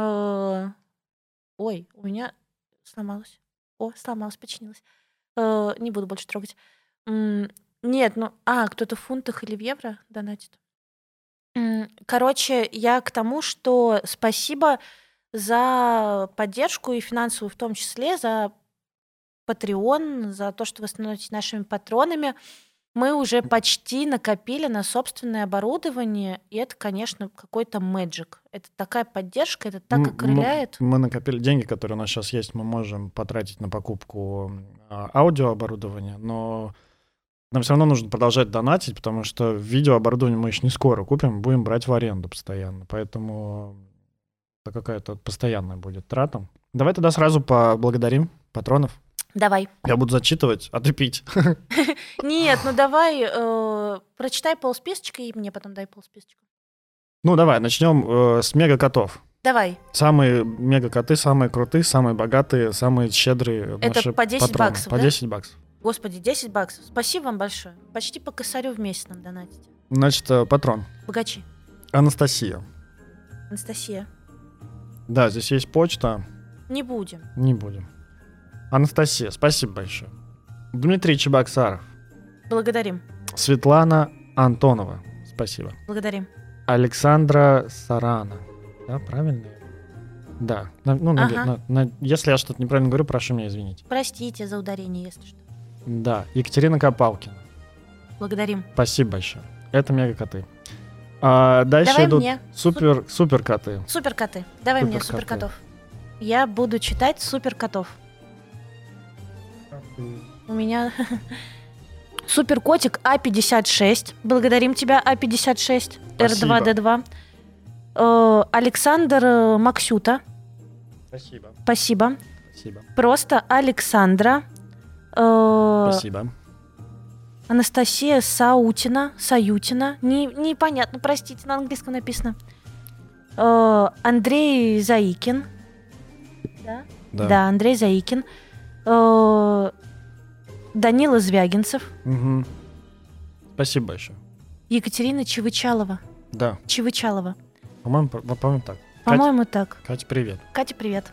Ой, у меня сломалось. Сломалось, починилось. Не буду больше трогать. Нет, кто-то в фунтах или в евро донатит. Короче, я к тому, что спасибо за поддержку и финансовую в том числе, за Patreon, за то, что вы становитесь нашими патронами. Мы уже почти накопили на собственное оборудование, и это, конечно, какой-то мэджик. Это такая поддержка, это так окрыляет. Мы накопили деньги, которые у нас сейчас есть, мы можем потратить на покупку аудиооборудования, но нам все равно нужно продолжать донатить, потому что видеооборудование мы еще не скоро купим, будем брать в аренду постоянно, поэтому это какая-то постоянная будет трата. Давай тогда сразу поблагодарим патронов. Давай. Я буду зачитывать, а ты пить. Нет, ну давай, прочитай полсписочка и мне потом дай полсписочка. Ну давай, начнем с мега-котов. Давай. Самые мега-коты, самые крутые, самые богатые, самые щедрые Это наши по 10 патроны. баксов, По да? 10 баксов. Господи, 10 баксов. Спасибо вам большое. Почти по косарю в месяц нам донатите. Значит, патрон. Богачи. Анастасия. Анастасия. Да, здесь есть почта. Не будем. Не будем. Анастасия, спасибо большое. Дмитрий Чебоксаров. Благодарим. Светлана Антонова. Спасибо. Благодарим. Александра Сарана. Да, правильно? Да. Ага. Если я что-то неправильно говорю, прошу меня извинить. Простите за ударение, если что. Да. Екатерина Копалкина. Благодарим. Спасибо большое. Это мега-коты. Дальше Давай идут мне. супер-коты. Суперкоты. Давай мне Суперкоты. суперкотов. Я буду читать суперкотов. У меня суперкотик А56. Благодарим тебя, А56. Спасибо. R2D2. Александр Максюта. Спасибо. Спасибо. Спасибо. Просто Александра. Спасибо. Анастасия Саютина. Непонятно, простите, на английском написано. Андрей Заикин. Да? Да, Андрей Заикин. Данила Звягинцев. Угу. Спасибо большое. Екатерина Чевычалова. Да. Чевычалова. По-моему, так. По-моему, так. Катя, привет. Катя, привет.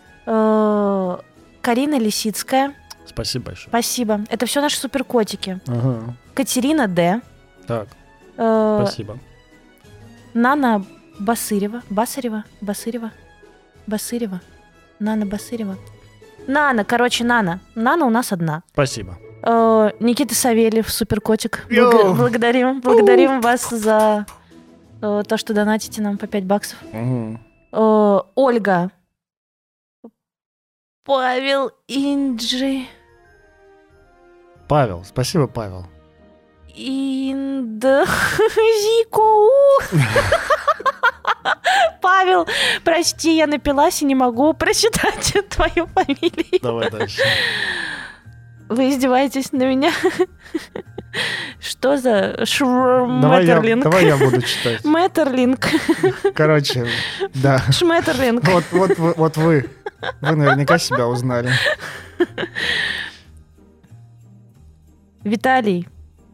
Карина Лисицкая. Спасибо большое. Спасибо. Это все наши суперкотики. Ага. Катерина Д. Так. Спасибо. Нана Басырева. Нана Басырева. Нана. Нана у нас одна. Спасибо. Никита Савельев, суперкотик. Йоу. Благодарим вас за то, что донатите нам по 5 баксов. Угу. Ольга. Павел Инджи. Павел. Спасибо, Павел. Зико. Павел, прости, я напилась и не могу прочитать твою фамилию. Давай дальше. Вы издеваетесь на меня? Что за Давай Шметтерлинг? я буду читать. Мэттерлинг. Короче, да. Шметтерлинг. Вот вы наверняка себя узнали. Виталий.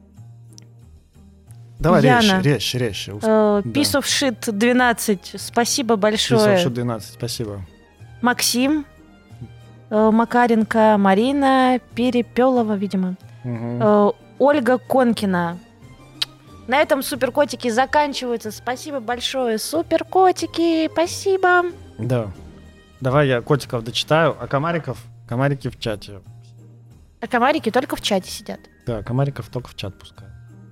Давай Яна. резче. Piece of Shit 12. Спасибо большое. Piece of Shit 12, спасибо. Максим. Макаренко Марина. Перепелова, видимо. Угу. Ольга Конкина. На этом суперкотики заканчиваются. Спасибо большое. Суперкотики, спасибо. Да. Давай я котиков дочитаю, а комарики в чате. А комарики только в чате сидят. Да, комариков только в чат пускай.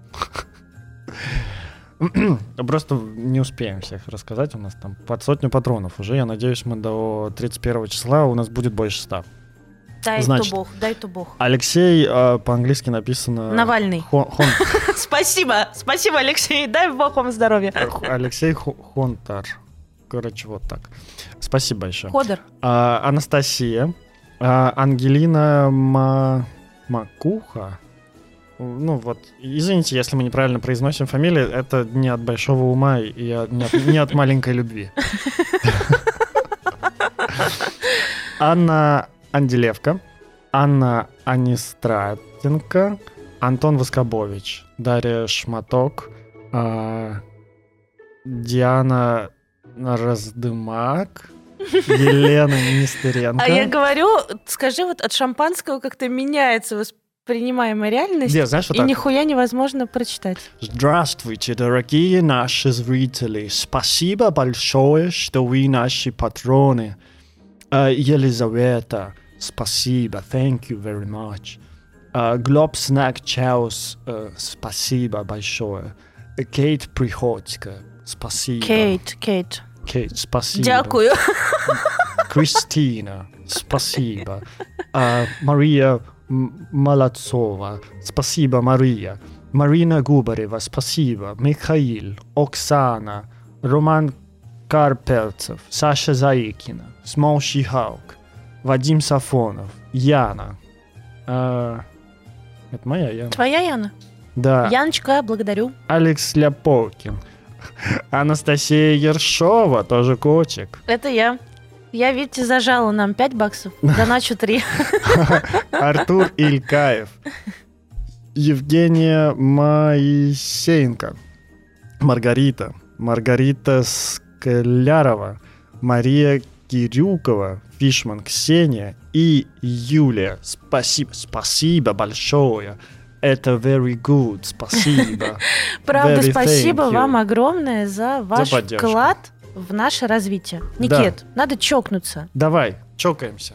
Просто не успеем всех рассказать. У нас там под 100 патронов уже. Я надеюсь, мы до 31 числа у нас будет больше 100. Дай то бог. Алексей, по-английски написано... Навальный. Спасибо, Алексей. Дай бог вам здоровья. Алексей Хонтар. Короче, вот так. Спасибо большое. Ходор. Анастасия. Ангелина Макуха. Ну вот, извините, если мы неправильно произносим фамилию, это не от большого ума и не от маленькой любви. Анна Анделевка, Анна Анистратенко, Антон Воскобович, Дарья Шматок, Диана Раздымак, Елена Нестеренко. А я говорю, скажи, вот от шампанского как-то меняется воспринимаемая реальность, Где, знаешь, вот и так нихуя невозможно прочитать. Здравствуйте, дорогие наши зрители. Спасибо большое, что вы наши патроны. Елизавета, спасибо. Thank you very much. Глоб Снак Чаус, спасибо большое. Кейт Приходько, спасибо. Кейт. Спасибо. Дякую. Кристина, спасибо. Мария Молодцова, спасибо, Мария. Марина Губарева, спасибо. Михаил, Оксана, Роман Карпелцев, Саша Заикина, Смолши Хаук, Вадим Сафонов, Яна. Это моя Яна. Твоя Яна? Да. Яночка, благодарю. Алекс Ляполкин. Анастасия Ершова, тоже котик. Это я. Я, видите, зажала нам $5, доначу 3. Артур Илькаев. Евгения Моисеенко. Маргарита Склярова. Мария Кирюкова. Фишман Ксения и Юлия. Спасибо большое. Это very good. Спасибо. Правда, Very спасибо thank you. вам огромное за ваш поддержку. вклад в наше развитие. Никит, надо чокнуться. Давай, чокаемся.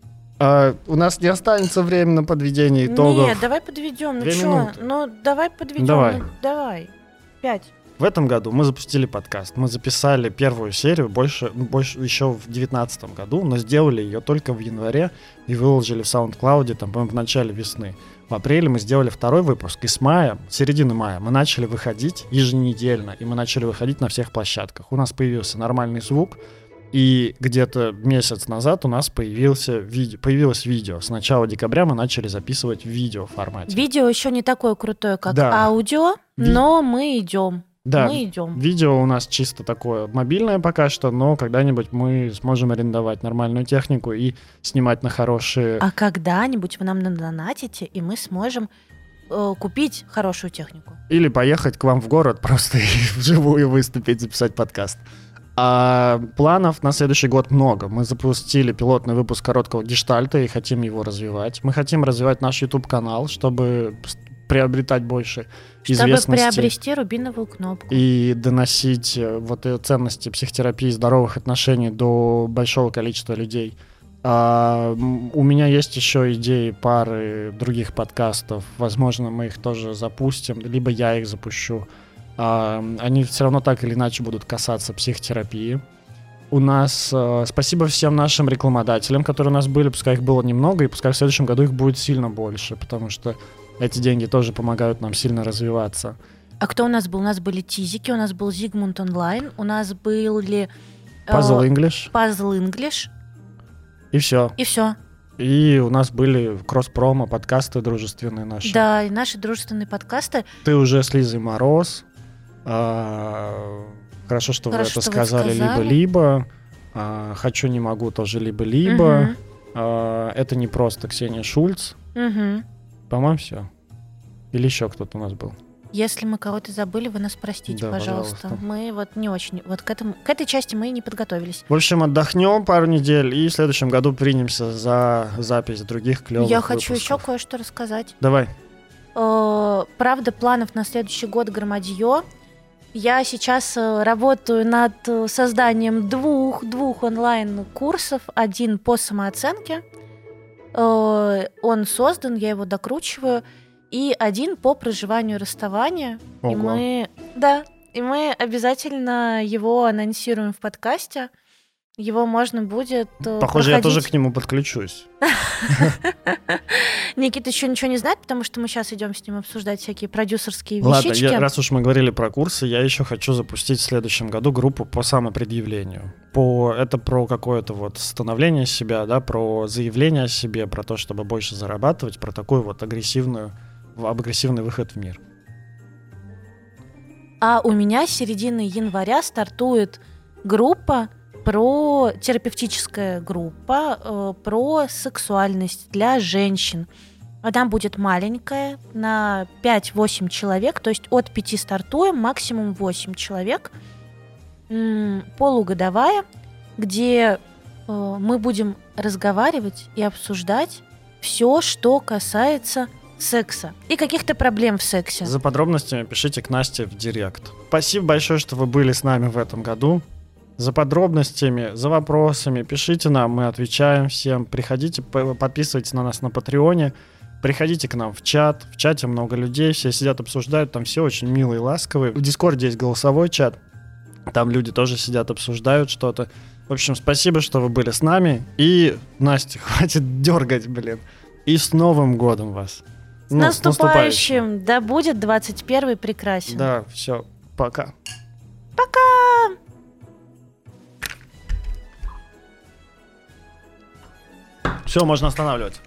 У нас не останется времени на подведение итогов. Нет, давай подведем. 2 Ну минуты. что? Ну, давай подведем. Давай. Ну, давай. 5. В этом году мы запустили подкаст. Мы записали первую серию больше еще в 2019 году, но сделали ее только в январе и выложили в SoundCloud там, по-моему, в начале весны. В апреле мы сделали второй выпуск, и с середины мая мы начали выходить еженедельно, и мы начали выходить на всех площадках. У нас появился нормальный звук, и где-то месяц назад у нас появилось видео. С начала декабря мы начали записывать в видео формате. Видео еще не такое крутое, как Да. аудио, но мы идем. Да, Мы идем. видео у нас чисто такое мобильное пока что, но когда-нибудь мы сможем арендовать нормальную технику и снимать на хорошие... А когда-нибудь вы нам надонатите, и мы сможем купить хорошую технику. Или поехать к вам в город просто и вживую выступить, записать подкаст. А планов на следующий год много. Мы запустили пилотный выпуск короткого гештальта и хотим его развивать. Мы хотим развивать наш YouTube-канал, чтобы приобретать больше известности. Чтобы приобрести рубиновую кнопку. И доносить ценности психотерапии и здоровых отношений до большого количества людей. У меня есть еще идеи пары других подкастов. Возможно, мы их тоже запустим, либо я их запущу. Они все равно так или иначе будут касаться психотерапии. У нас спасибо всем нашим рекламодателям, которые у нас были. Пускай их было немного, и пускай в следующем году их будет сильно больше, потому что эти деньги тоже помогают нам сильно развиваться. А кто у нас был? У нас были тизики, у нас был Зигмунд онлайн, у нас были... Puzzle English. Puzzle English. И все. И все. И у нас были кросс-промо, подкасты дружественные наши. Да, и наши дружественные подкасты. Ты уже с Лизой Мороз. Хорошо, что вы это сказали. Либо-либо. Хочу, не могу, тоже либо-либо. Это не просто Ксения Шульц. По-моему, все. Или еще кто-то у нас был. Если мы кого-то забыли, вы нас простите, да, пожалуйста. Мы не очень... к этой части мы не подготовились. В общем, отдохнем пару недель и в следующем году примемся за запись других клевых Я выпусков. хочу еще кое-что рассказать. Давай. Правда, планов на следующий год громадье. Я сейчас работаю над созданием двух онлайн-курсов. Один по самооценке. Он создан, я его докручиваю. И один по проживанию расставания. Ого. И мы обязательно его анонсируем в подкасте. Его можно будет Похоже, я тоже к нему подключусь. Никита еще ничего не знает, потому что мы сейчас идем с ним обсуждать всякие продюсерские Ладно, вещички. раз уж мы говорили про курсы, я еще хочу запустить в следующем году группу по самопредъявлению. Это про какое-то становление себя, да, про заявление о себе, про то, чтобы больше зарабатывать, про такой агрессивный выход в мир. А у меня с середины января стартует терапевтическая группа про сексуальность для женщин. Она будет маленькая, на 5-8 человек, то есть от 5 стартуем, максимум 8 человек, полугодовая, где мы будем разговаривать и обсуждать все, что касается секса и каких-то проблем в сексе. За подробностями пишите к Насте в директ. Спасибо большое, что вы были с нами в этом году. За подробностями, за вопросами пишите нам, мы отвечаем всем. Приходите, подписывайтесь на нас на Патреоне. Приходите к нам в чат. В чате много людей, все сидят, обсуждают. Там все очень милые, ласковые. В Дискорде есть голосовой чат. Там люди тоже сидят, обсуждают что-то. В общем, спасибо, что вы были с нами. И, Настя, хватит дергать, блин. И с Новым годом вас. С наступающим! Да будет 21-й прекрасен. Да, все, пока. Пока! Все, можно останавливать.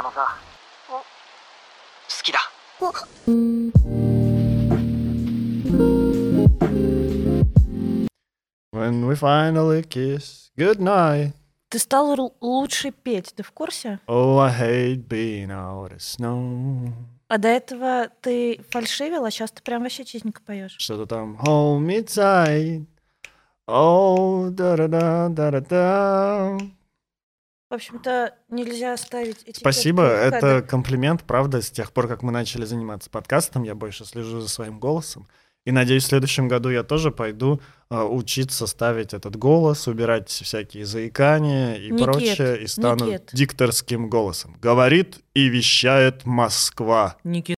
When we finally kiss goodnight. Ты стал лучше петь, ты в курсе? Oh, I hate being out of snow. А до этого ты фальшивил, а сейчас ты прям вообще чистенько поешь. Что-то там hold me tight. Oh, да-да-да-да-да-да. В общем-то, нельзя ставить этикетки. Спасибо, это комплимент, правда. С тех пор, как мы начали заниматься подкастом, я больше слежу за своим голосом. И надеюсь, в следующем году я тоже пойду учиться ставить этот голос, убирать всякие заикания и прочее, и стану дикторским голосом. Говорит и вещает Москва.